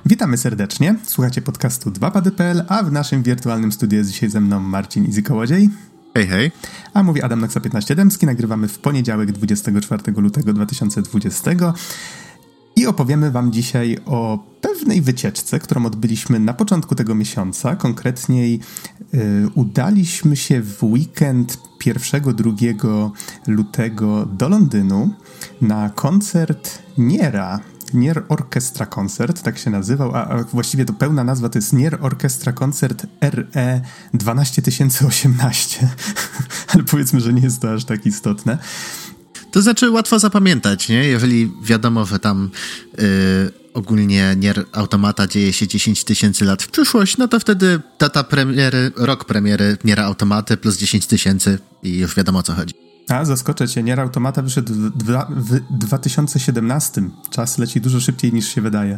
Witamy serdecznie, słuchacie podcastu 2pady.pl, a w naszym wirtualnym studiu jest dzisiaj ze mną Marcin Izy-Kołodziej. Hej, hej. A mówi Adam Noxa 15 Dębski. Nagrywamy w poniedziałek 24 lutego 2020 i opowiemy wam dzisiaj o pewnej wycieczce, którą odbyliśmy na początku tego miesiąca. Konkretniej udaliśmy się w weekend 1-2 lutego do Londynu na koncert Nier Orchestra Concert, tak się nazywał, a właściwie to pełna nazwa to jest Nier Orchestra Concert RE 12018, ale powiedzmy, że nie jest to aż tak istotne. To znaczy łatwo zapamiętać, nie? Jeżeli wiadomo, że tam ogólnie Nier Automata dzieje się 10 000 lat w przyszłość, no to wtedy data premiery, rok premiery Niera Automaty plus 10 000 i już wiadomo o co chodzi. A, zaskoczę cię, Nier Automata wyszedł w 2017. Czas leci dużo szybciej niż się wydaje.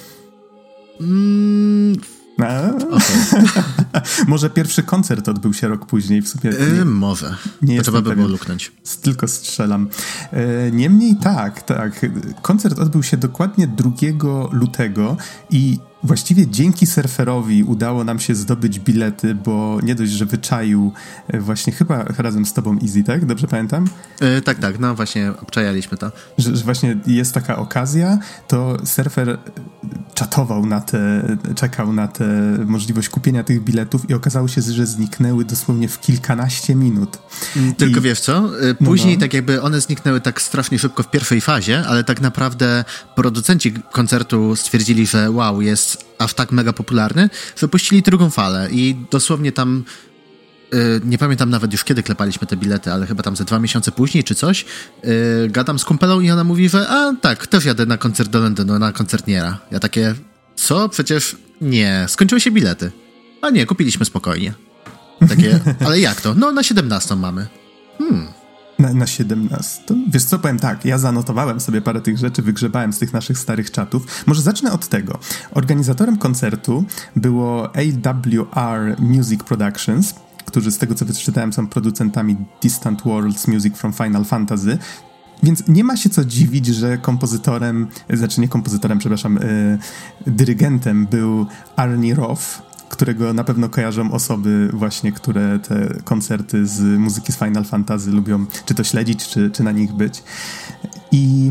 Okay. Może pierwszy koncert odbył się rok później w sumie. Może. Nie trzeba by było luknąć. Tylko strzelam. Niemniej tak. Koncert odbył się dokładnie 2 lutego i właściwie dzięki surferowi udało nam się zdobyć bilety, bo nie dość, że wyczaił właśnie chyba razem z tobą Easy, tak? Dobrze pamiętam? Tak, no właśnie obczajaliśmy to. Że właśnie jest taka okazja, to surfer czekał na tę możliwość kupienia tych biletów i okazało się, że zniknęły dosłownie w kilkanaście minut. Tylko wiesz co? Później tak jakby one zniknęły tak strasznie szybko w pierwszej fazie, ale tak naprawdę producenci koncertu stwierdzili, że wow, jest aż tak mega popularny, że puścili drugą falę i dosłownie tam nie pamiętam nawet już kiedy klepaliśmy te bilety, ale chyba tam ze 2 miesiące później czy coś, gadam z kumpelą i ona mówi, że tak, też jadę na koncert do Londynu, na koncert Niera. Ja takie, co? Przecież nie, skończyły się bilety. A nie, kupiliśmy spokojnie. Takie, ale jak to? No na 17 mamy. Na 17? Wiesz co, powiem tak, ja zanotowałem sobie parę tych rzeczy, wygrzebałem z tych naszych starych czatów. Może zacznę od tego. Organizatorem koncertu było AWR Music Productions, którzy z tego co wyczytałem są producentami Distant Worlds Music from Final Fantasy, więc nie ma się co dziwić, że dyrygentem był Arnie Roth, którego na pewno kojarzą osoby właśnie, które te koncerty z muzyki z Final Fantasy lubią czy to śledzić, czy na nich być. I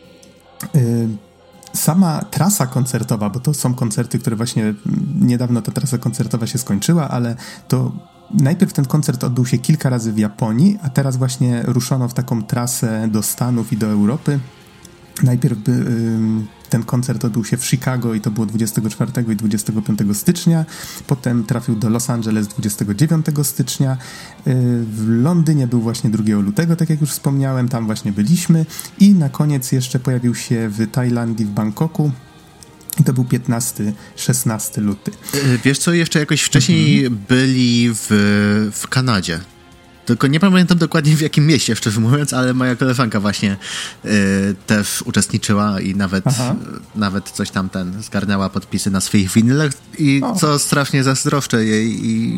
sama trasa koncertowa, bo to są koncerty, które właśnie niedawno ta trasa koncertowa się skończyła, ale to najpierw ten koncert odbył się kilka razy w Japonii, a teraz właśnie ruszono w taką trasę do Stanów i do Europy. Najpierw ten koncert odbył się w Chicago i to było 24 i 25 stycznia. Potem trafił do Los Angeles 29 stycznia. W Londynie był właśnie 2 lutego, tak jak już wspomniałem, tam właśnie byliśmy. I na koniec jeszcze pojawił się w Tajlandii, w Bangkoku. I to był 15-16 luty. Wiesz co, jeszcze jakoś wcześniej byli w Kanadzie. Tylko nie pamiętam dokładnie w jakim mieście, szczerze mówiąc, ale moja koleżanka właśnie też uczestniczyła i nawet coś tam zgarniała podpisy na swoich winylach i co strasznie zazdroszczę jej i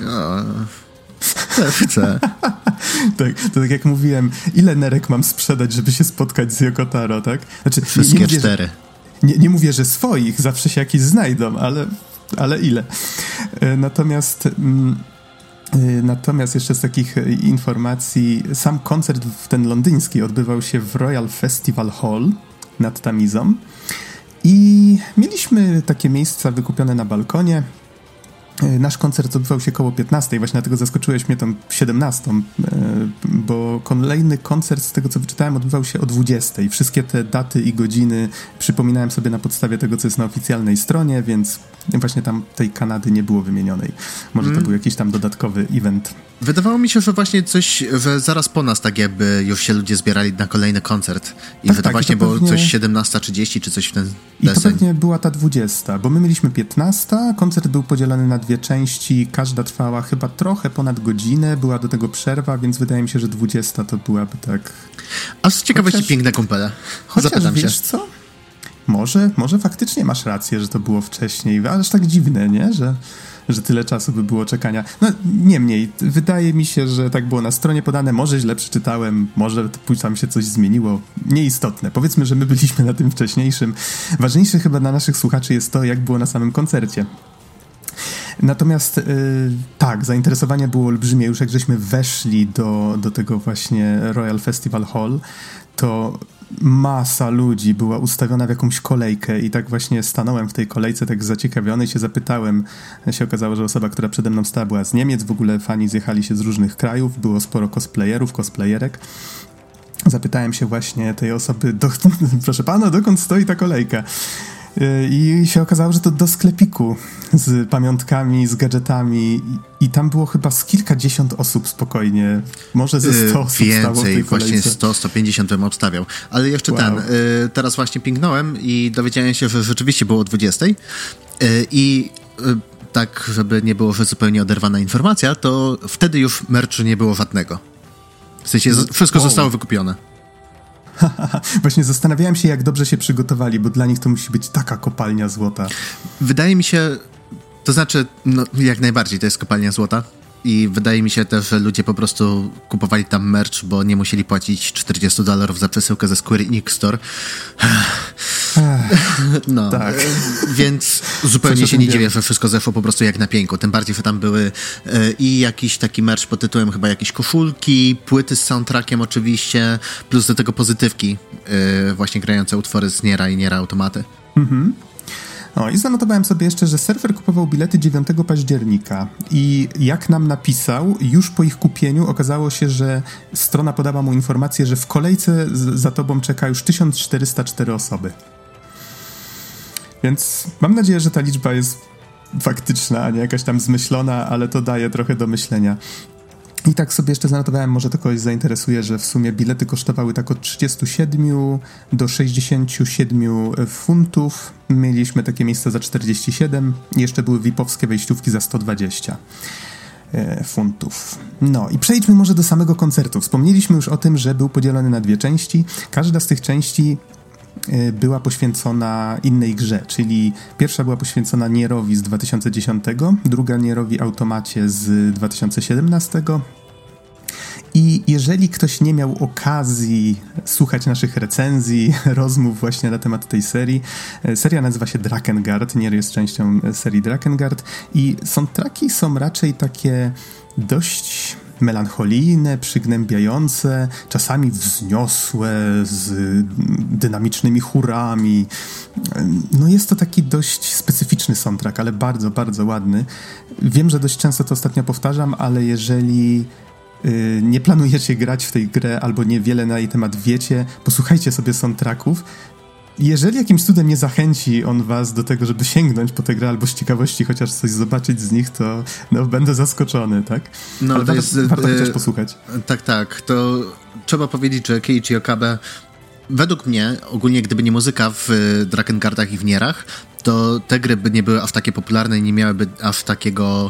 chcę. Tak, to tak jak mówiłem, ile nerek mam sprzedać, żeby się spotkać z Yoko Taro, tak? Znaczy, wszystkie 4. Nie mówię, że swoich, zawsze się jakieś znajdą, ale ile? Natomiast jeszcze z takich informacji, sam koncert ten londyński odbywał się w Royal Festival Hall nad Tamizą i mieliśmy takie miejsca wykupione na balkonie. Nasz koncert odbywał się koło 15, właśnie dlatego zaskoczyłeś mnie tą 17, bo kolejny koncert, z tego co wyczytałem, odbywał się o 20. Wszystkie te daty i godziny przypominałem sobie na podstawie tego, co jest na oficjalnej stronie, więc właśnie tam tej Kanady nie było wymienionej. Może to był jakiś tam dodatkowy event. Wydawało mi się, że właśnie że zaraz po nas tak jakby już się ludzie zbierali na kolejny koncert i że to właśnie było coś 17:30 czy coś w ten deseń. I to pewnie była ta 20, bo my mieliśmy 15, koncert był podzielony na 2 części, każda trwała chyba trochę ponad godzinę, była do tego przerwa, więc wydaje mi się, że 20 to byłaby tak... A z ciekawości piękne kumpele. Zapytam wiesz się. Co? Może faktycznie masz rację, że to było wcześniej, ale aż tak dziwne, nie? że tyle czasu by było czekania. No niemniej, wydaje mi się, że tak było na stronie podane, może źle przeczytałem, może tam się coś zmieniło, nieistotne. Powiedzmy, że my byliśmy na tym wcześniejszym. Ważniejsze chyba dla naszych słuchaczy jest to, jak było na samym koncercie. Natomiast tak, zainteresowanie było olbrzymie. Już jak żeśmy weszli do tego właśnie Royal Festival Hall, to masa ludzi była ustawiona w jakąś kolejkę i tak właśnie stanąłem w tej kolejce tak zaciekawiony i się zapytałem. Się okazało, że osoba, która przede mną stała, była z Niemiec. W ogóle fani zjechali się z różnych krajów. Było sporo cosplayerów, cosplayerek. Zapytałem się właśnie tej osoby, proszę pana, dokąd stoi ta kolejka? I się okazało, że to do sklepiku z pamiątkami, z gadżetami i tam było chyba z kilkadziesiąt osób spokojnie, może ze 100 osób więcej, stało w tej kolejce. Właśnie 100-150 bym obstawiał. Ale jeszcze wow. Teraz właśnie pingnąłem i dowiedziałem się, że rzeczywiście było o 20 i tak, żeby nie było, że zupełnie oderwana informacja, to wtedy już merchu nie było żadnego. W sensie wszystko zostało wykupione. Właśnie zastanawiałem się, jak dobrze się przygotowali, bo dla nich to musi być taka kopalnia złota. Wydaje mi się, to znaczy, no, jak najbardziej to jest kopalnia złota i wydaje mi się też, że ludzie po prostu kupowali tam merch, bo nie musieli płacić $40 za przesyłkę ze Square Enix Store. No, tak. Więc zupełnie się nie dziwię, że wszystko zeszło po prostu jak na pięku. Tym bardziej, że tam były i jakiś taki merch pod tytułem chyba jakieś koszulki, płyty z soundtrackiem oczywiście, plus do tego pozytywki właśnie grające utwory z Niera i Niera Automaty. Mhm. No i zanotowałem sobie jeszcze, że serwer kupował bilety 9 października i jak nam napisał, już po ich kupieniu okazało się, że strona podała mu informację, że w kolejce za tobą czeka już 1404 osoby. Więc mam nadzieję, że ta liczba jest faktyczna, a nie jakaś tam zmyślona, ale to daje trochę do myślenia. I tak sobie jeszcze zanotowałem, może to kogoś zainteresuje, że w sumie bilety kosztowały tak od 37 do 67 funtów. Mieliśmy takie miejsca za 47 i jeszcze były VIP-owskie wejściówki za 120 funtów. No i przejdźmy może do samego koncertu. Wspomnieliśmy już o tym, że był podzielony na dwie części. Każda z tych części była poświęcona innej grze, czyli pierwsza była poświęcona Nierowi z 2010, druga Nierowi Automacie z 2017. I jeżeli ktoś nie miał okazji słuchać naszych recenzji, rozmów właśnie na temat tej serii, seria nazywa się Drakengard, Nier jest częścią serii Drakengard i soundtracki są raczej takie dość melancholijne, przygnębiające, czasami wzniosłe, z dynamicznymi chórami. No jest to taki dość specyficzny soundtrack, ale bardzo, bardzo ładny. Wiem, że dość często to ostatnio powtarzam, ale jeżeli nie planujecie grać w tej grę albo niewiele na jej temat wiecie, posłuchajcie sobie soundtracków. Jeżeli jakimś cudem nie zachęci on was do tego, żeby sięgnąć po tę grę albo z ciekawości chociaż coś zobaczyć z nich, to no, będę zaskoczony, tak? No, ale to jest, warto chociaż posłuchać. Tak. To trzeba powiedzieć, że Keiichi Okabe według mnie, ogólnie gdyby nie muzyka w Drakengardach i w Nierach, to te gry by nie były aż takie popularne i nie miałyby aż takiego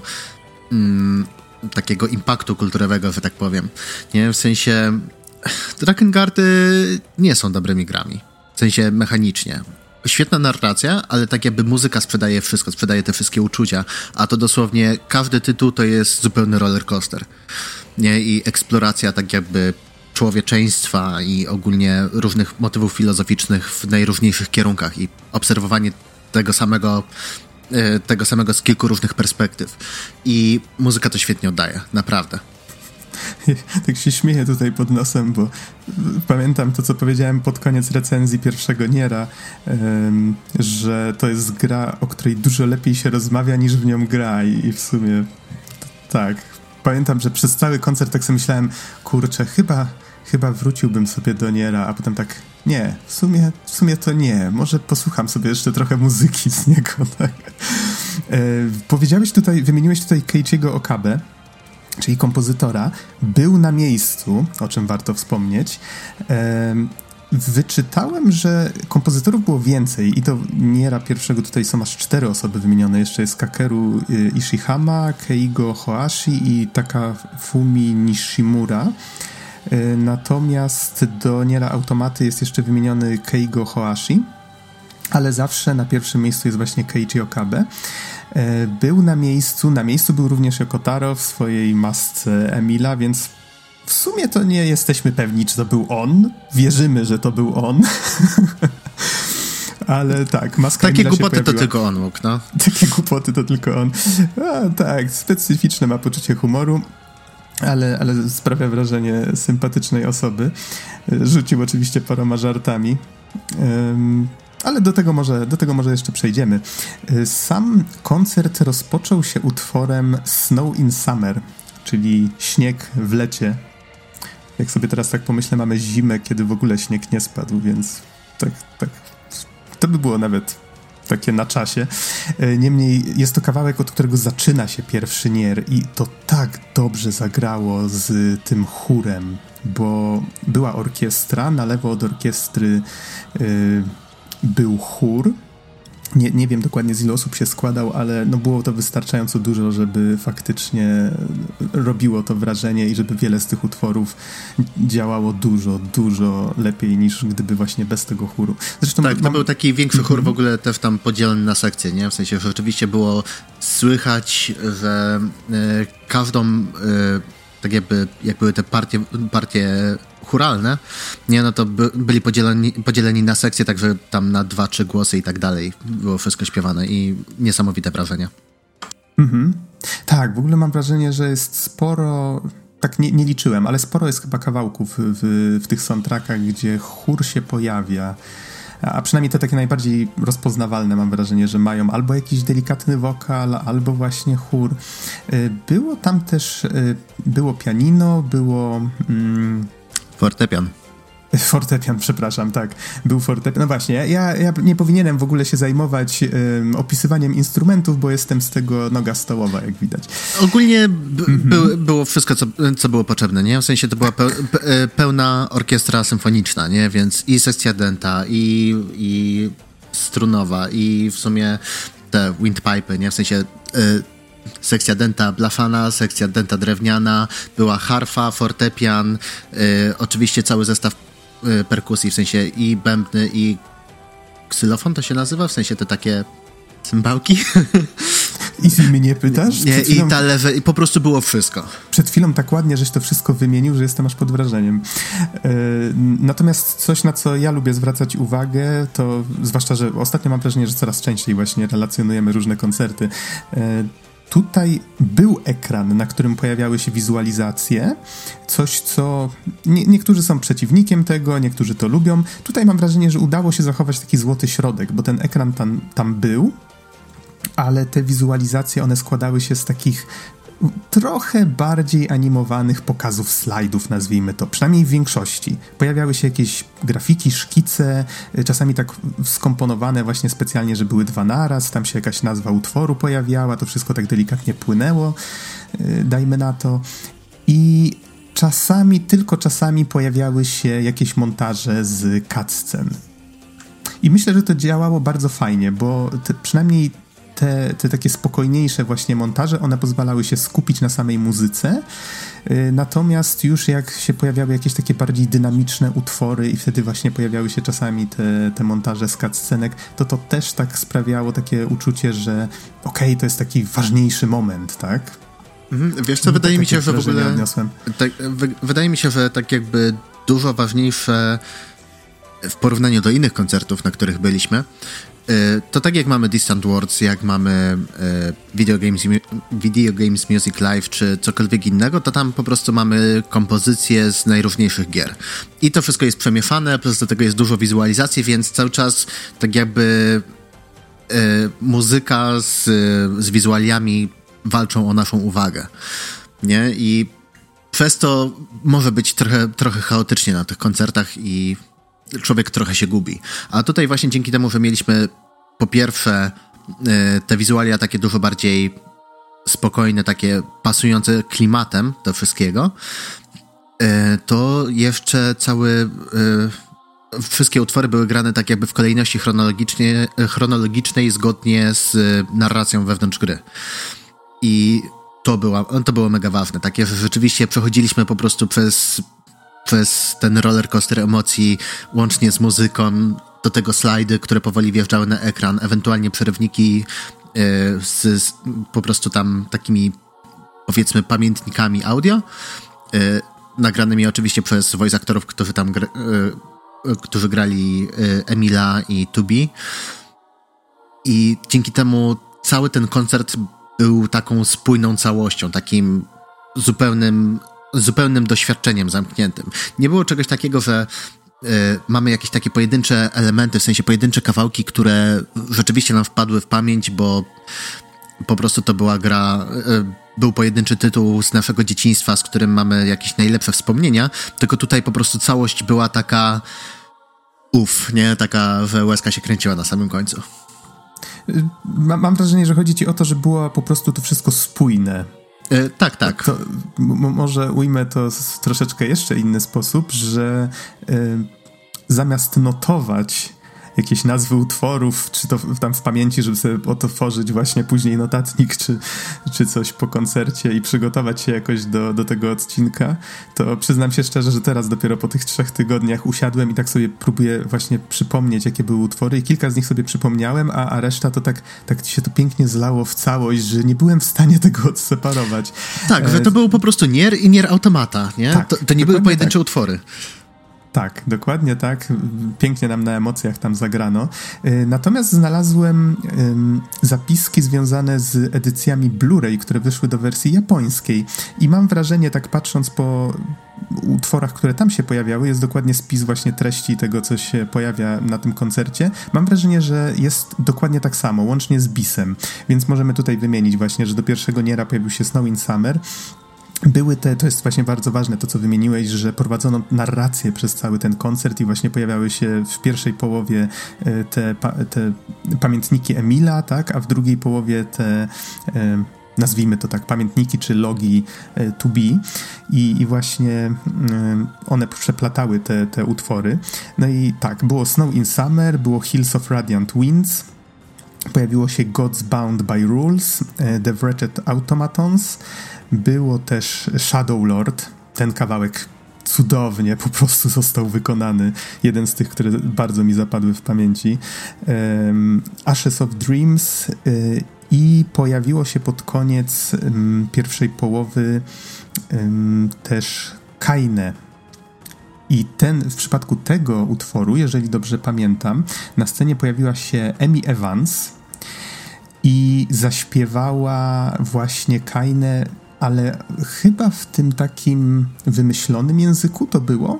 impaktu kulturowego, że tak powiem. Nie? W sensie Drakengardy nie są dobrymi grami. W sensie mechanicznie. Świetna narracja, ale tak jakby muzyka sprzedaje wszystko, sprzedaje te wszystkie uczucia, a to dosłownie każdy tytuł to jest zupełny rollercoaster. Nie? I eksploracja tak jakby człowieczeństwa i ogólnie różnych motywów filozoficznych w najróżniejszych kierunkach i obserwowanie tego samego z kilku różnych perspektyw. I muzyka to świetnie oddaje, naprawdę. Tak się śmieję tutaj pod nosem, bo pamiętam to, co powiedziałem pod koniec recenzji pierwszego Niera, że to jest gra, o której dużo lepiej się rozmawia niż w nią gra i w sumie tak. Pamiętam, że przez cały koncert tak sobie myślałem, kurczę, chyba wróciłbym sobie do Niera, a potem tak, nie, w sumie to nie, może posłucham sobie jeszcze trochę muzyki z niego, tak. Wymieniłeś tutaj Keiichiego Okabe, czyli kompozytora, był na miejscu, o czym warto wspomnieć. Wyczytałem, że kompozytorów było więcej i to Niera pierwszego tutaj są aż 4 osoby wymienione. Jeszcze jest Kakeru Ishihama, Keigo Hoashi i Takafumi Nishimura. Natomiast do Niera Automaty jest jeszcze wymieniony Keigo Hoashi. ale zawsze na pierwszym miejscu jest właśnie Keiichi Okabe. Był na miejscu był również Yoko Taro w swojej masce Emila, więc w sumie to nie jesteśmy pewni, czy to był on. Wierzymy, że to był on. Ale tak, maska Takie Emila głupoty się pojawiła. to tylko on mógł, no. Takie głupoty to tylko on. Tak, specyficzne ma poczucie humoru, ale sprawia wrażenie sympatycznej osoby. Rzucił oczywiście paroma żartami. Ale do tego może jeszcze przejdziemy. Sam koncert rozpoczął się utworem Snow in Summer, czyli śnieg w lecie. Jak sobie teraz tak pomyślę, mamy zimę, kiedy w ogóle śnieg nie spadł, więc tak, to by było nawet takie na czasie. Niemniej jest to kawałek, od którego zaczyna się pierwszy Nier i to tak dobrze zagrało z tym chórem, bo była orkiestra, na lewo od orkiestry był chór. Nie wiem dokładnie, z ilu osób się składał, ale no było to wystarczająco dużo, żeby faktycznie robiło to wrażenie i żeby wiele z tych utworów działało dużo lepiej niż gdyby właśnie bez tego chóru. Zresztą tak, to był taki większy chór w ogóle też tam podzielony na sekcje, nie? W sensie, że rzeczywiście było słychać, że każdą tak jak były te partie chóralne, nie, no to byli podzieleni na sekcje, także tam na 2-3 głosy i tak dalej było wszystko śpiewane i niesamowite wrażenie. Tak, w ogóle mam wrażenie, że jest sporo, tak nie liczyłem, ale sporo jest chyba kawałków w tych soundtrackach, gdzie chór się pojawia, a przynajmniej te takie najbardziej rozpoznawalne mam wrażenie, że mają albo jakiś delikatny wokal, albo właśnie chór. Było tam też, było pianino, było... Fortepian, przepraszam, tak. Był fortepian. No właśnie, ja nie powinienem w ogóle się zajmować opisywaniem instrumentów, bo jestem z tego noga stołowa, jak widać. Ogólnie było wszystko, co było potrzebne, nie? W sensie to była pełna orkiestra symfoniczna, nie? Więc i sekcja denta, i strunowa, i w sumie te windpipe, nie? W sensie... sekcja denta blafana, sekcja denta drewniana, była harfa, fortepian, oczywiście cały zestaw perkusji, w sensie i bębny, i ksylofon to się nazywa, w sensie te takie cymbałki. I mnie pytasz? Nie, i po prostu było wszystko. Przed chwilą tak ładnie, żeś to wszystko wymienił, że jestem aż pod wrażeniem. Natomiast coś, na co ja lubię zwracać uwagę, to zwłaszcza, że ostatnio mam wrażenie, że coraz częściej właśnie relacjonujemy różne koncerty. Tutaj był ekran, na którym pojawiały się wizualizacje, coś co niektórzy są przeciwnikiem tego, niektórzy to lubią. Tutaj mam wrażenie, że udało się zachować taki złoty środek, bo ten ekran tam był, ale te wizualizacje, one składały się z takich trochę bardziej animowanych pokazów slajdów, nazwijmy to, przynajmniej w większości. Pojawiały się jakieś grafiki, szkice, czasami tak skomponowane właśnie specjalnie, że były dwa naraz, tam się jakaś nazwa utworu pojawiała, to wszystko tak delikatnie płynęło, dajmy na to. I tylko czasami pojawiały się jakieś montaże z cutscen. I myślę, że to działało bardzo fajnie, bo przynajmniej te takie spokojniejsze właśnie montaże, one pozwalały się skupić na samej muzyce, natomiast już jak się pojawiały jakieś takie bardziej dynamiczne utwory i wtedy właśnie pojawiały się czasami te montaże z cutscenek, to też tak sprawiało takie uczucie, że okej, to jest taki ważniejszy moment, tak? Wiesz co, wydaje mi się, że w ogóle wydaje mi się, że tak jakby dużo ważniejsze w porównaniu do innych koncertów, na których byliśmy, to tak jak mamy Distant Worlds, jak mamy Video Games Music Live, czy cokolwiek innego, to tam po prostu mamy kompozycje z najróżniejszych gier. I to wszystko jest przemieszane, plus do tego jest dużo wizualizacji, więc cały czas tak jakby muzyka z wizualiami walczą o naszą uwagę. Nie? I przez to może być trochę chaotycznie na tych koncertach i człowiek trochę się gubi. A tutaj właśnie dzięki temu, że mieliśmy po pierwsze te wizualia takie dużo bardziej spokojne, takie pasujące klimatem do wszystkiego, to jeszcze wszystkie utwory były grane tak jakby w kolejności chronologicznej zgodnie z narracją wewnątrz gry. I to było mega ważne. Takie, że rzeczywiście przechodziliśmy po prostu przez ten roller coaster emocji, łącznie z muzyką, do tego slajdy, które powoli wjeżdżały na ekran, ewentualnie przerywniki po prostu tam takimi, powiedzmy, pamiętnikami audio, nagranymi oczywiście przez voice aktorów, którzy tam którzy grali Emila i Tubi. I dzięki temu cały ten koncert był taką spójną całością, takim zupełnym doświadczeniem zamkniętym. Nie było czegoś takiego, że mamy jakieś takie pojedyncze elementy, w sensie pojedyncze kawałki, które rzeczywiście nam wpadły w pamięć, bo po prostu to była gra, był pojedynczy tytuł z naszego dzieciństwa, z którym mamy jakieś najlepsze wspomnienia, tylko tutaj po prostu całość była taka nie? Taka, że łezka się kręciła na samym końcu. Mam wrażenie, że chodzi ci o to, że było po prostu to wszystko spójne. Tak. To, może ujmę to w troszeczkę jeszcze inny sposób, że zamiast notować jakieś nazwy utworów, czy to tam w pamięci, żeby sobie otworzyć właśnie później notatnik, czy coś po koncercie i przygotować się jakoś do tego odcinka, to przyznam się szczerze, że teraz dopiero po tych 3 tygodniach usiadłem i tak sobie próbuję właśnie przypomnieć, jakie były utwory i kilka z nich sobie przypomniałem, a reszta to tak się to pięknie zlało w całość, że nie byłem w stanie tego odseparować. Tak, że to było po prostu Nier i Nier Automata, nie? Tak, to nie były pojedyncze utwory. Tak, dokładnie tak. Pięknie nam na emocjach tam zagrano. Natomiast znalazłem zapiski związane z edycjami Blu-ray, które wyszły do wersji japońskiej. I mam wrażenie, tak patrząc po utworach, które tam się pojawiały, jest dokładnie spis właśnie treści tego, co się pojawia na tym koncercie. Mam wrażenie, że jest dokładnie tak samo, łącznie z bisem. Więc możemy tutaj wymienić właśnie, że do pierwszego Niera pojawił się Snow in Summer. Były to jest właśnie bardzo ważne, to co wymieniłeś, że prowadzono narrację przez cały ten koncert i właśnie pojawiały się w pierwszej połowie te pamiętniki Emila, tak, a w drugiej połowie te nazwijmy to tak, pamiętniki czy logi to be i właśnie one przeplatały te utwory. No i tak, było Snow in Summer, było Hills of Radiant Winds, pojawiło się Gods Bound by Rules, The Wretched Automatons, było też Shadow Lord, ten kawałek cudownie po prostu został wykonany, jeden z tych, które bardzo mi zapadły w pamięci, Ashes of Dreams i pojawiło się pod koniec pierwszej połowy też Kaine. I w przypadku tego utworu, jeżeli dobrze pamiętam, na scenie pojawiła się Amy Evans i zaśpiewała właśnie Kaine, ale chyba w tym takim wymyślonym języku to było?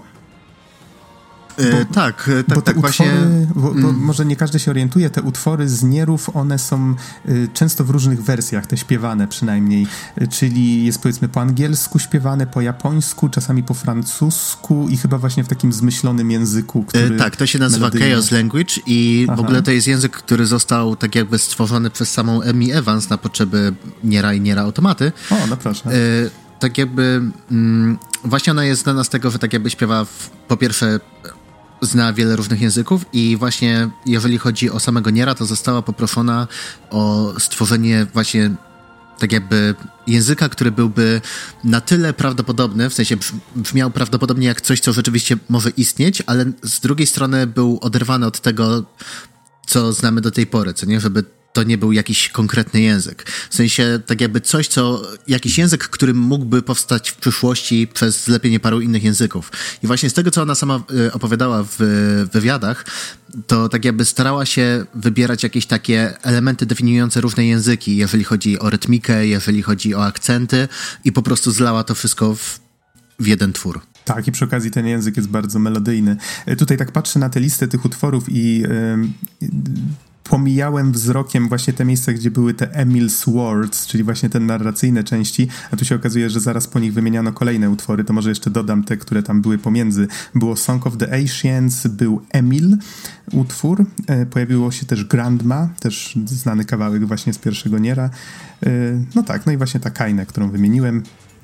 Tak, utwory, właśnie. Bo może nie każdy się orientuje, te utwory z Nierów, one są często w różnych wersjach, te śpiewane przynajmniej, czyli jest powiedzmy po angielsku śpiewane, po japońsku, czasami po francusku i chyba właśnie w takim zmyślonym języku, który... Tak, to się nazywa Chaos Language i w ogóle to jest język, który został tak jakby stworzony przez samą Amy Evans na potrzeby Niera i Niera Automaty. O, no proszę. Tak jakby właśnie ona jest znana z tego, że tak jakby śpiewa po pierwsze zna wiele różnych języków i właśnie jeżeli chodzi o samego Niera, to została poproszona o stworzenie właśnie tak jakby języka, który byłby na tyle prawdopodobny, w sensie brzmiał prawdopodobnie jak coś, co rzeczywiście może istnieć, ale z drugiej strony był oderwany od tego, co znamy do tej pory, co nie? Żeby to nie był jakiś konkretny język. W sensie tak jakby coś, jakiś język, który mógłby powstać w przyszłości przez zlepienie paru innych języków. I właśnie z tego, co ona sama opowiadała w wywiadach, to tak jakby starała się wybierać jakieś takie elementy definiujące różne języki, jeżeli chodzi o rytmikę, jeżeli chodzi o akcenty i po prostu zlała to wszystko w jeden twór. Tak, i przy okazji ten język jest bardzo melodyjny. Tutaj tak patrzę na tę listę tych utworów i pomijałem wzrokiem właśnie te miejsca, gdzie były te Emil's Words, czyli właśnie te narracyjne części, a tu się okazuje, że zaraz po nich wymieniano kolejne utwory, to może jeszcze dodam te, które tam były pomiędzy. Było Song of the Ancients, był Emil utwór, pojawiło się też Grandma, też znany kawałek właśnie z pierwszego Niera. No tak, no i właśnie ta Kaine, którą wymieniłem.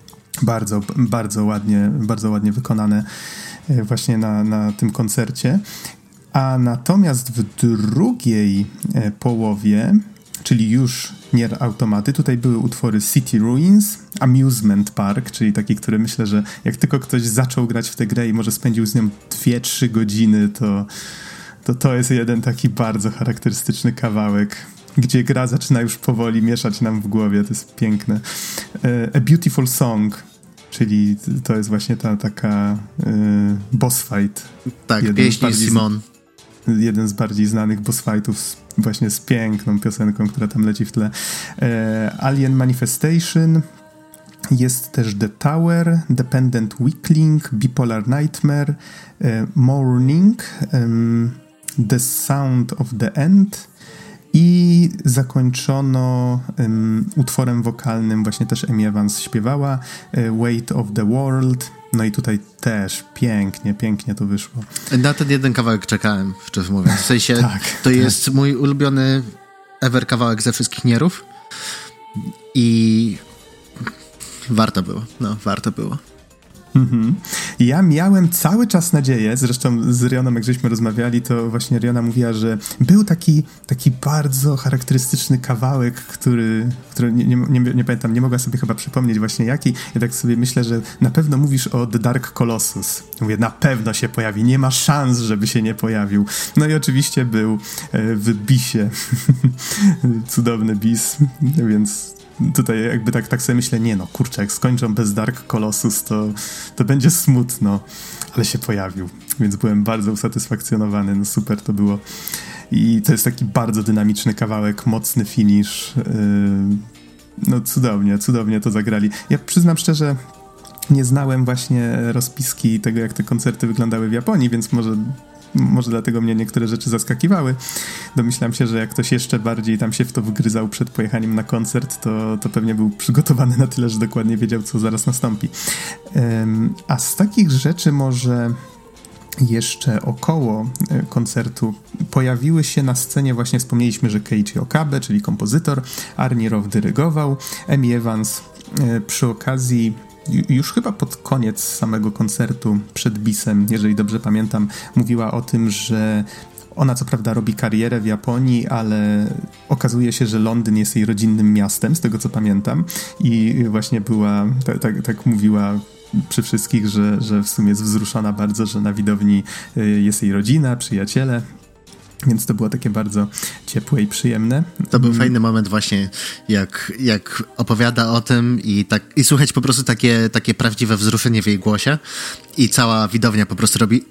Bardzo ładnie wykonane właśnie na tym koncercie. A natomiast w drugiej połowie, czyli już Nier Automaty, tutaj były utwory City Ruins, Amusement Park, czyli taki, który myślę, że jak tylko ktoś zaczął grać w tę grę i może spędził z nią 2-3 godziny, to jest jeden taki bardzo charakterystyczny kawałek, gdzie gra zaczyna już powoli mieszać nam w głowie. To jest piękne. A Beautiful Song, czyli to jest właśnie ta taka boss fight. Tak, pieśni Simon. Jeden z bardziej znanych boss fightów właśnie z piękną piosenką, która tam leci w tle. Alien Manifestation. Jest też The Tower, Dependent Weakling, Bipolar Nightmare, Morning, The Sound of the End i zakończono utworem wokalnym, właśnie też Amy Evans śpiewała, Weight of the World. No i tutaj też pięknie to wyszło. Na ten jeden kawałek czekałem, szczerze mówiąc. W sensie to jest mój ulubiony ever kawałek ze wszystkich Nierów i warto było. Ja miałem cały czas nadzieję, zresztą z Rioną, jak żeśmy rozmawiali, to właśnie Riona mówiła, że był taki bardzo charakterystyczny kawałek, który nie pamiętam, nie mogła sobie chyba przypomnieć właśnie jaki. Ja tak sobie myślę, że na pewno mówisz o The Dark Colossus. Mówię, na pewno się pojawi, nie ma szans, żeby się nie pojawił. No i oczywiście był w Bisie. Cudowny Bis, więc tutaj jakby tak sobie myślę, kurczę, jak skończą bez Dark Colossus, to będzie smutno, ale się pojawił, więc byłem bardzo usatysfakcjonowany, no super to było i to jest taki bardzo dynamiczny kawałek, mocny finish, no cudownie to zagrali. Ja przyznam szczerze, nie znałem właśnie rozpiski tego, jak te koncerty wyglądały w Japonii, więc może dlatego mnie niektóre rzeczy zaskakiwały. Domyślam się, że jak ktoś jeszcze bardziej tam się w to wgryzał przed pojechaniem na koncert, to pewnie był przygotowany na tyle, że dokładnie wiedział, co zaraz nastąpi. A z takich rzeczy może jeszcze około koncertu pojawiły się na scenie, właśnie wspomnieliśmy, że Keiichi Okabe, czyli kompozytor, Arnie Roth dyrygował, Amy Evans przy okazji już chyba pod koniec samego koncertu przed Bisem, jeżeli dobrze pamiętam, mówiła o tym, że ona co prawda robi karierę w Japonii, ale okazuje się, że Londyn jest jej rodzinnym miastem, z tego co pamiętam, i właśnie była, tak mówiła przy wszystkich, że w sumie jest wzruszona bardzo, że na widowni jest jej rodzina, przyjaciele. Więc to było takie bardzo ciepłe i przyjemne. To był fajny moment właśnie, jak opowiada o tym i słuchać po prostu takie prawdziwe wzruszenie w jej głosie i cała widownia po prostu robi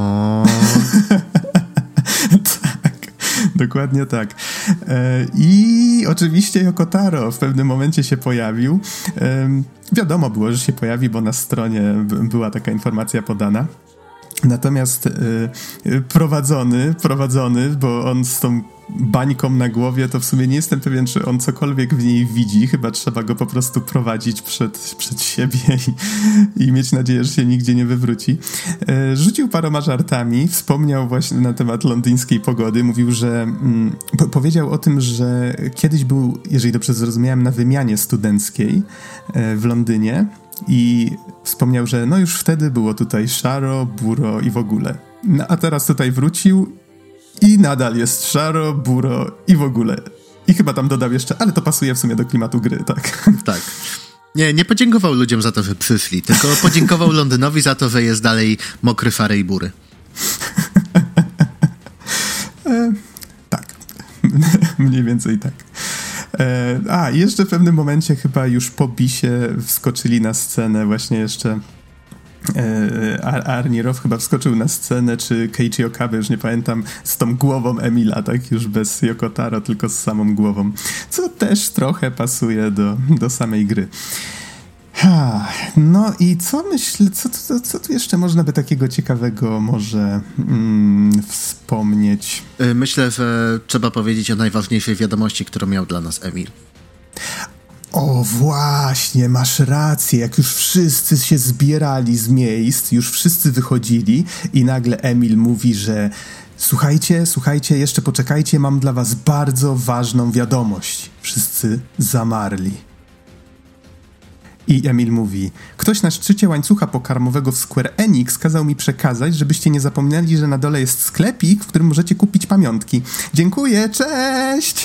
Tak, dokładnie tak. I oczywiście Yoko Taro w pewnym momencie się pojawił. Wiadomo było, że się pojawi, bo na stronie była taka informacja podana. Natomiast prowadzony, bo on z tą bańką na głowie, to w sumie nie jestem pewien, czy on cokolwiek w niej widzi. Chyba trzeba go po prostu prowadzić przed siebie i mieć nadzieję, że się nigdzie nie wywróci. Rzucił paroma żartami, wspomniał właśnie na temat londyńskiej pogody. Mówił, że powiedział o tym, że kiedyś był, jeżeli dobrze zrozumiałem, na wymianie studenckiej w Londynie i wspomniał, że no już wtedy było tutaj szaro, buro i w ogóle. No a teraz tutaj wrócił i nadal jest szaro, buro i w ogóle. I chyba tam dodał jeszcze, ale to pasuje w sumie do klimatu gry, tak? Tak. Nie podziękował ludziom za to, że przyszli, tylko podziękował Londynowi za to, że jest dalej mokry, szary i bury. Tak. Mniej więcej tak. I jeszcze w pewnym momencie chyba już po Bisie wskoczyli na scenę właśnie jeszcze Arnie Roth chyba wskoczył na scenę, czy Keiichi Okabe, już nie pamiętam, z tą głową Emila, tak już bez Yoko Taro, tylko z samą głową, co też trochę pasuje do samej gry. No i co myślę, co tu jeszcze można by takiego ciekawego może wspomnieć? Myślę, że trzeba powiedzieć o najważniejszej wiadomości, którą miał dla nas Emil. O właśnie, masz rację, jak już wszyscy się zbierali z miejsc, już wszyscy wychodzili i nagle Emil mówi, że słuchajcie, jeszcze poczekajcie, mam dla was bardzo ważną wiadomość. Wszyscy zamarli. I Emil mówi, ktoś na szczycie łańcucha pokarmowego w Square Enix kazał mi przekazać, żebyście nie zapomnieli, że na dole jest sklepik, w którym możecie kupić pamiątki. Dziękuję, cześć!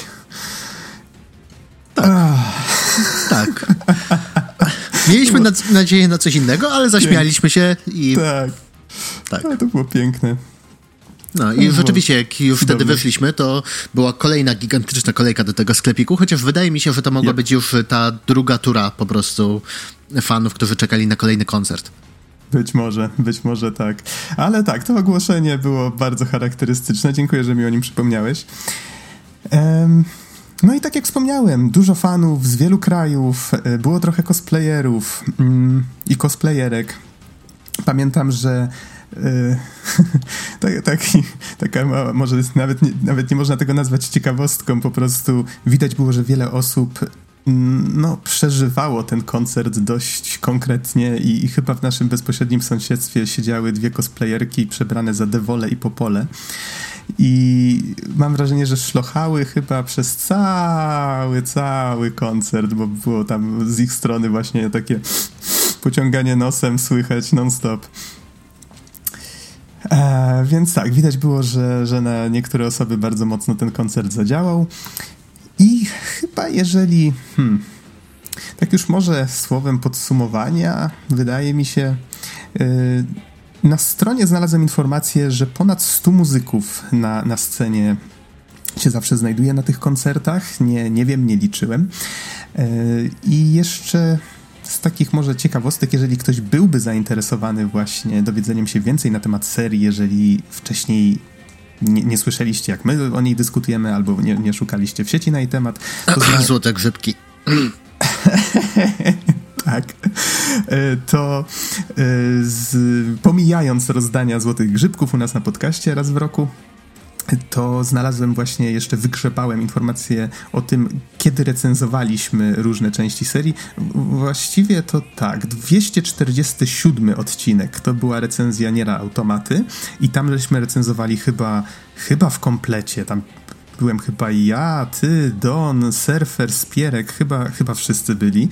Tak. Mieliśmy nadzieję na coś innego, ale zaśmialiśmy się i... Tak. No, to było piękne. No i rzeczywiście, jak już wtedy wyszliśmy, to była kolejna gigantyczna kolejka do tego sklepiku, chociaż wydaje mi się, że to mogła być już ta druga tura po prostu fanów, którzy czekali na kolejny koncert. Być może tak. Ale tak, to ogłoszenie było bardzo charakterystyczne. Dziękuję, że mi o nim przypomniałeś. No i tak jak wspomniałem, dużo fanów z wielu krajów, było trochę cosplayerów i cosplayerek. Pamiętam, że taka mała, może nawet nie można tego nazwać ciekawostką, po prostu widać było, że wiele osób przeżywało ten koncert dość konkretnie i chyba w naszym bezpośrednim sąsiedztwie siedziały dwie cosplayerki przebrane za Devole i Popole. I mam wrażenie, że szlochały chyba przez cały koncert, bo było tam z ich strony właśnie takie pociąganie nosem słychać non-stop. Więc tak, widać było, że na niektóre osoby bardzo mocno ten koncert zadziałał. I chyba jeżeli, tak już może słowem podsumowania, wydaje mi się, na stronie znalazłem informację, że ponad 100 muzyków na scenie się zawsze znajduje na tych koncertach. Nie wiem, nie liczyłem. I jeszcze z takich może ciekawostek, jeżeli ktoś byłby zainteresowany właśnie dowiedzeniem się więcej na temat serii, jeżeli wcześniej nie słyszeliście, jak my o niej dyskutujemy, albo nie szukaliście w sieci na jej temat. Złote grzybki. Tak. To pomijając rozdania Złotych Grzybków u nas na podcaście raz w roku, to znalazłem właśnie, jeszcze wykrzepałem informacje o tym, kiedy recenzowaliśmy różne części serii. Właściwie to tak, 247 odcinek to była recenzja Niera Automaty i tam żeśmy recenzowali chyba w komplecie, tam byłem chyba ja, ty, Don, Surfer, Spierek, chyba wszyscy byli.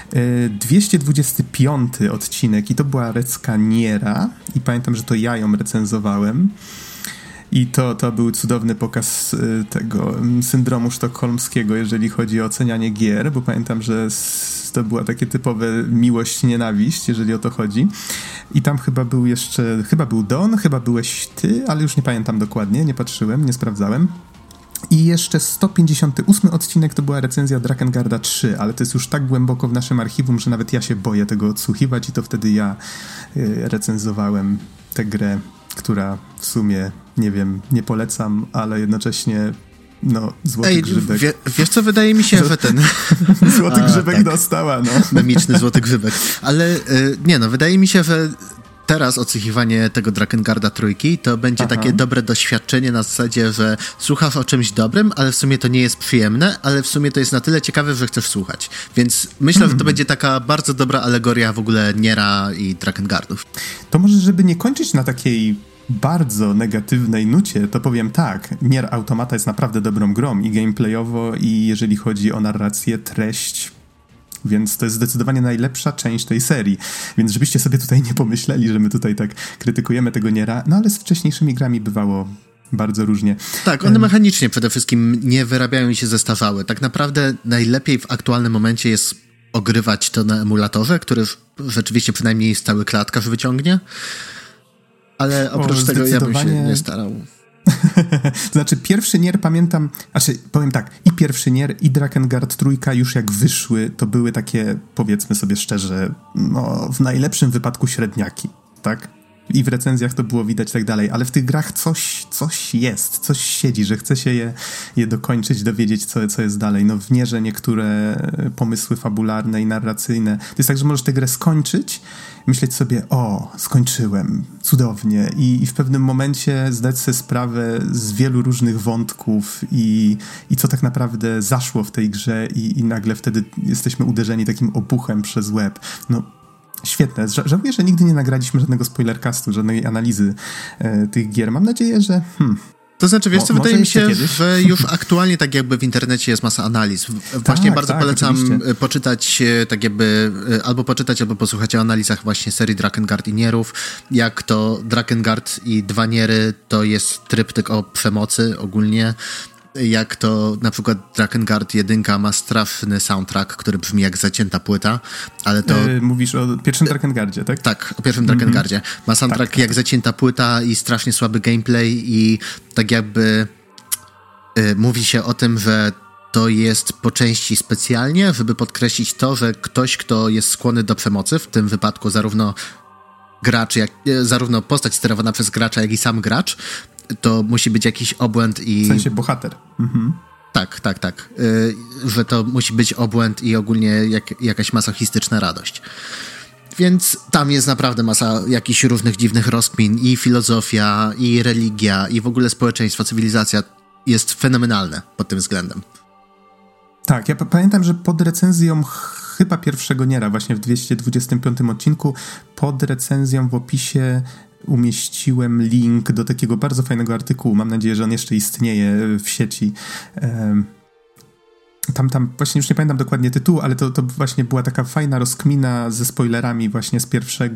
225 odcinek i to była recka Niera i pamiętam, że to ja ją recenzowałem. I to był cudowny pokaz tego syndromu sztokholmskiego, jeżeli chodzi o ocenianie gier, bo pamiętam, że to była takie typowe miłość-nienawiść, jeżeli o to chodzi. I tam chyba był Don, chyba byłeś ty, ale już nie pamiętam dokładnie, nie patrzyłem, nie sprawdzałem. I jeszcze 158 odcinek to była recenzja Drakengard 3, ale to jest już tak głęboko w naszym archiwum, że nawet ja się boję tego odsłuchiwać i to wtedy ja recenzowałem tę grę, która w sumie, nie wiem, nie polecam, ale jednocześnie Złoty Grzybek. Wiesz co, wydaje mi się, że ten... Złoty Grzybek tak dostała, Memiczny Złoty Grzybek. Ale wydaje mi się, że teraz odsłuchiwanie tego Drakengarda trójki to będzie takie dobre doświadczenie na zasadzie, że słuchasz o czymś dobrym, ale w sumie to nie jest przyjemne, ale w sumie to jest na tyle ciekawe, że chcesz słuchać. Więc myślę, że to będzie taka bardzo dobra alegoria w ogóle Niera i Drakengardów. To może, żeby nie kończyć na takiej bardzo negatywnej nucie, to powiem tak, Nier Automata jest naprawdę dobrą grą i gameplayowo, i jeżeli chodzi o narrację, treść, więc to jest zdecydowanie najlepsza część tej serii. Więc żebyście sobie tutaj nie pomyśleli, że my tutaj tak krytykujemy tego Niera, ale z wcześniejszymi grami bywało bardzo różnie. Tak, one mechanicznie przede wszystkim nie wyrabiają i się zestarzały. Tak naprawdę najlepiej w aktualnym momencie jest ogrywać to na emulatorze, który rzeczywiście przynajmniej cały klatkarz wyciągnie. Ale oprócz tego ja bym się nie starał. Znaczy pierwszy Nier pamiętam, powiem tak, i pierwszy Nier i Drakengard trójka już jak wyszły, to były takie, powiedzmy sobie szczerze, w najlepszym wypadku średniaki, tak? I w recenzjach to było widać tak dalej, ale w tych grach coś jest, coś siedzi, że chce się je dokończyć, dowiedzieć, co jest dalej. W Nierze niektóre pomysły fabularne i narracyjne, to jest tak, że możesz tę grę skończyć, myśleć sobie, skończyłem, cudownie, i w pewnym momencie zdać sobie sprawę z wielu różnych wątków i co tak naprawdę zaszło w tej grze i nagle wtedy jesteśmy uderzeni takim obuchem przez łeb. Świetne. Żałuję, że nigdy nie nagraliśmy żadnego spoilercastu, żadnej analizy tych gier. Mam nadzieję, że... To znaczy, wiesz co, wydaje mi się, że już aktualnie tak jakby w internecie jest masa analiz. Właśnie bardzo polecam oczywiście poczytać albo posłuchać o analizach właśnie serii Drakengard i Nierów, jak to Drakengard i dwa Niery to jest tryptyk o przemocy ogólnie. jak to na przykład Drakengard 1 ma straszny soundtrack, który brzmi jak zacięta płyta, ale to... Mówisz o pierwszym Drakengardzie, tak? Tak, o pierwszym Drakengardzie. Ma soundtrack jak zacięta płyta i strasznie słaby gameplay i tak jakby mówi się o tym, że to jest po części specjalnie, żeby podkreślić to, że ktoś, kto jest skłonny do przemocy, w tym wypadku zarówno postać sterowana przez gracza, jak i sam gracz, to musi być jakiś obłęd i... W sensie bohater. Tak. Że to musi być obłęd i ogólnie jakaś masochistyczna radość. Więc tam jest naprawdę masa jakichś różnych dziwnych rozkmin i filozofia, i religia, i w ogóle społeczeństwo, cywilizacja jest fenomenalne pod tym względem. Tak, ja pamiętam, że pod recenzją chyba pierwszego Niera, właśnie w 225 odcinku, pod recenzją w opisie umieściłem link do takiego bardzo fajnego artykułu. Mam nadzieję, że on jeszcze istnieje w sieci. Tam właśnie już nie pamiętam dokładnie tytułu, ale to właśnie była taka fajna rozkmina ze spoilerami właśnie z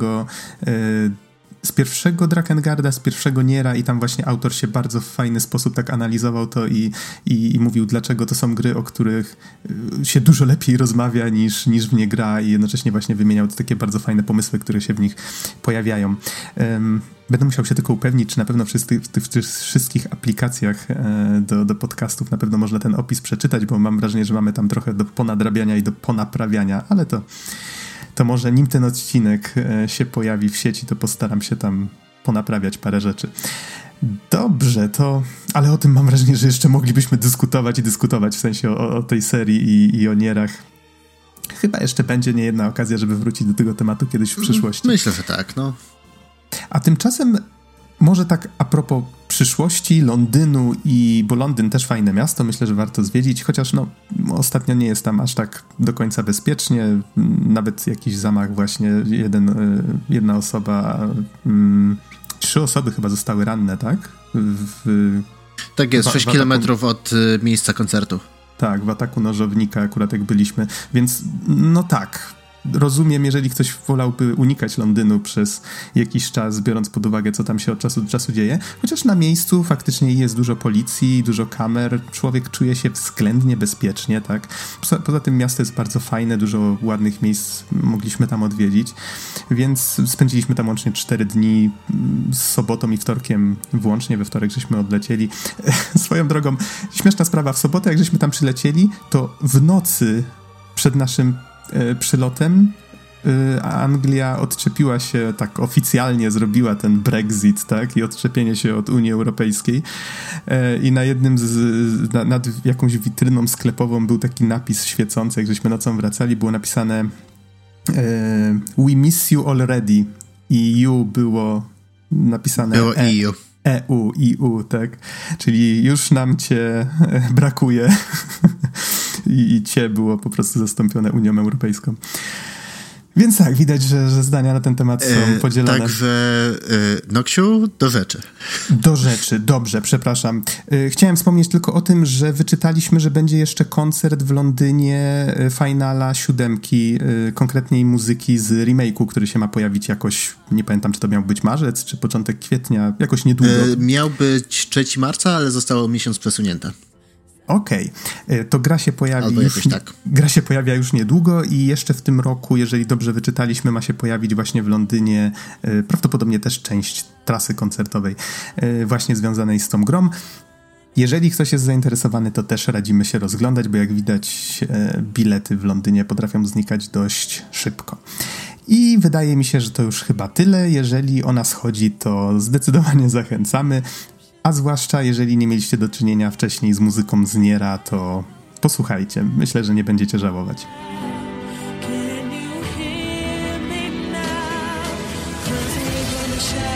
pierwszego Drakengarda, z pierwszego Niera i tam właśnie autor się bardzo w fajny sposób tak analizował to i mówił, dlaczego to są gry, o których się dużo lepiej rozmawia niż w nie gra i jednocześnie właśnie wymieniał te takie bardzo fajne pomysły, które się w nich pojawiają. Będę musiał się tylko upewnić, czy na pewno w tych wszystkich aplikacjach do podcastów na pewno można ten opis przeczytać, bo mam wrażenie, że mamy tam trochę do ponadrabiania i do ponaprawiania, ale to może nim ten odcinek się pojawi w sieci, to postaram się tam ponaprawiać parę rzeczy. Dobrze, ale o tym mam wrażenie, że jeszcze moglibyśmy dyskutować w sensie o tej serii i o Nierach. Chyba jeszcze będzie niejedna okazja, żeby wrócić do tego tematu kiedyś w przyszłości. Myślę, że tak, no. A tymczasem może tak a propos przyszłości Londynu bo Londyn też fajne miasto, myślę, że warto zwiedzić, chociaż ostatnio nie jest tam aż tak do końca bezpiecznie, nawet jakiś zamach właśnie, jedna osoba, 3 osoby chyba zostały ranne, tak? Tak jest, 6 kilometrów od miejsca koncertu. Tak, w ataku nożownika akurat jak byliśmy, więc tak. Rozumiem, jeżeli ktoś wolałby unikać Londynu przez jakiś czas, biorąc pod uwagę, co tam się od czasu do czasu dzieje, chociaż na miejscu faktycznie jest dużo policji, dużo kamer, człowiek czuje się względnie bezpiecznie, tak? Poza tym miasto jest bardzo fajne, dużo ładnych miejsc mogliśmy tam odwiedzić, więc spędziliśmy tam łącznie 4 dni z sobotą i wtorkiem włącznie, we wtorek żeśmy odlecieli. Swoją drogą, śmieszna sprawa, w sobotę jak żeśmy tam przylecieli, to w nocy przed naszym przylotem Anglia odczepiła się, tak oficjalnie zrobiła ten Brexit, tak, i odczepienie się od Unii Europejskiej i na jednym nad jakąś witryną sklepową był taki napis świecący, jak żeśmy nocą wracali, było napisane We miss you already i EU było napisane było EU. EU, tak, czyli już nam cię brakuje i cię było po prostu zastąpione Unią Europejską. Więc tak, widać, że zdania na ten temat są podzielone. Także, Noksiu, do rzeczy. Do rzeczy, dobrze, przepraszam. Chciałem wspomnieć tylko o tym, że wyczytaliśmy, że będzie jeszcze koncert w Londynie finala 7, konkretniej muzyki z remake'u, który się ma pojawić jakoś, nie pamiętam, czy to miał być marzec, czy początek kwietnia, jakoś niedługo. Miał być 3 marca, ale zostało miesiąc przesunięte. Okej, to gra się pojawi albo jakoś tak. Gra się pojawia już niedługo i jeszcze w tym roku, jeżeli dobrze wyczytaliśmy, ma się pojawić właśnie w Londynie prawdopodobnie też część trasy koncertowej właśnie związanej z tą grą. Jeżeli ktoś jest zainteresowany, to też radzimy się rozglądać, bo jak widać bilety w Londynie potrafią znikać dość szybko. I wydaje mi się, że to już chyba tyle. Jeżeli o nas chodzi, to zdecydowanie zachęcamy. A zwłaszcza, jeżeli nie mieliście do czynienia wcześniej z muzyką z Niera, to posłuchajcie. Myślę, że nie będziecie żałować. Can you hear me now? 'Cause we're gonna shine.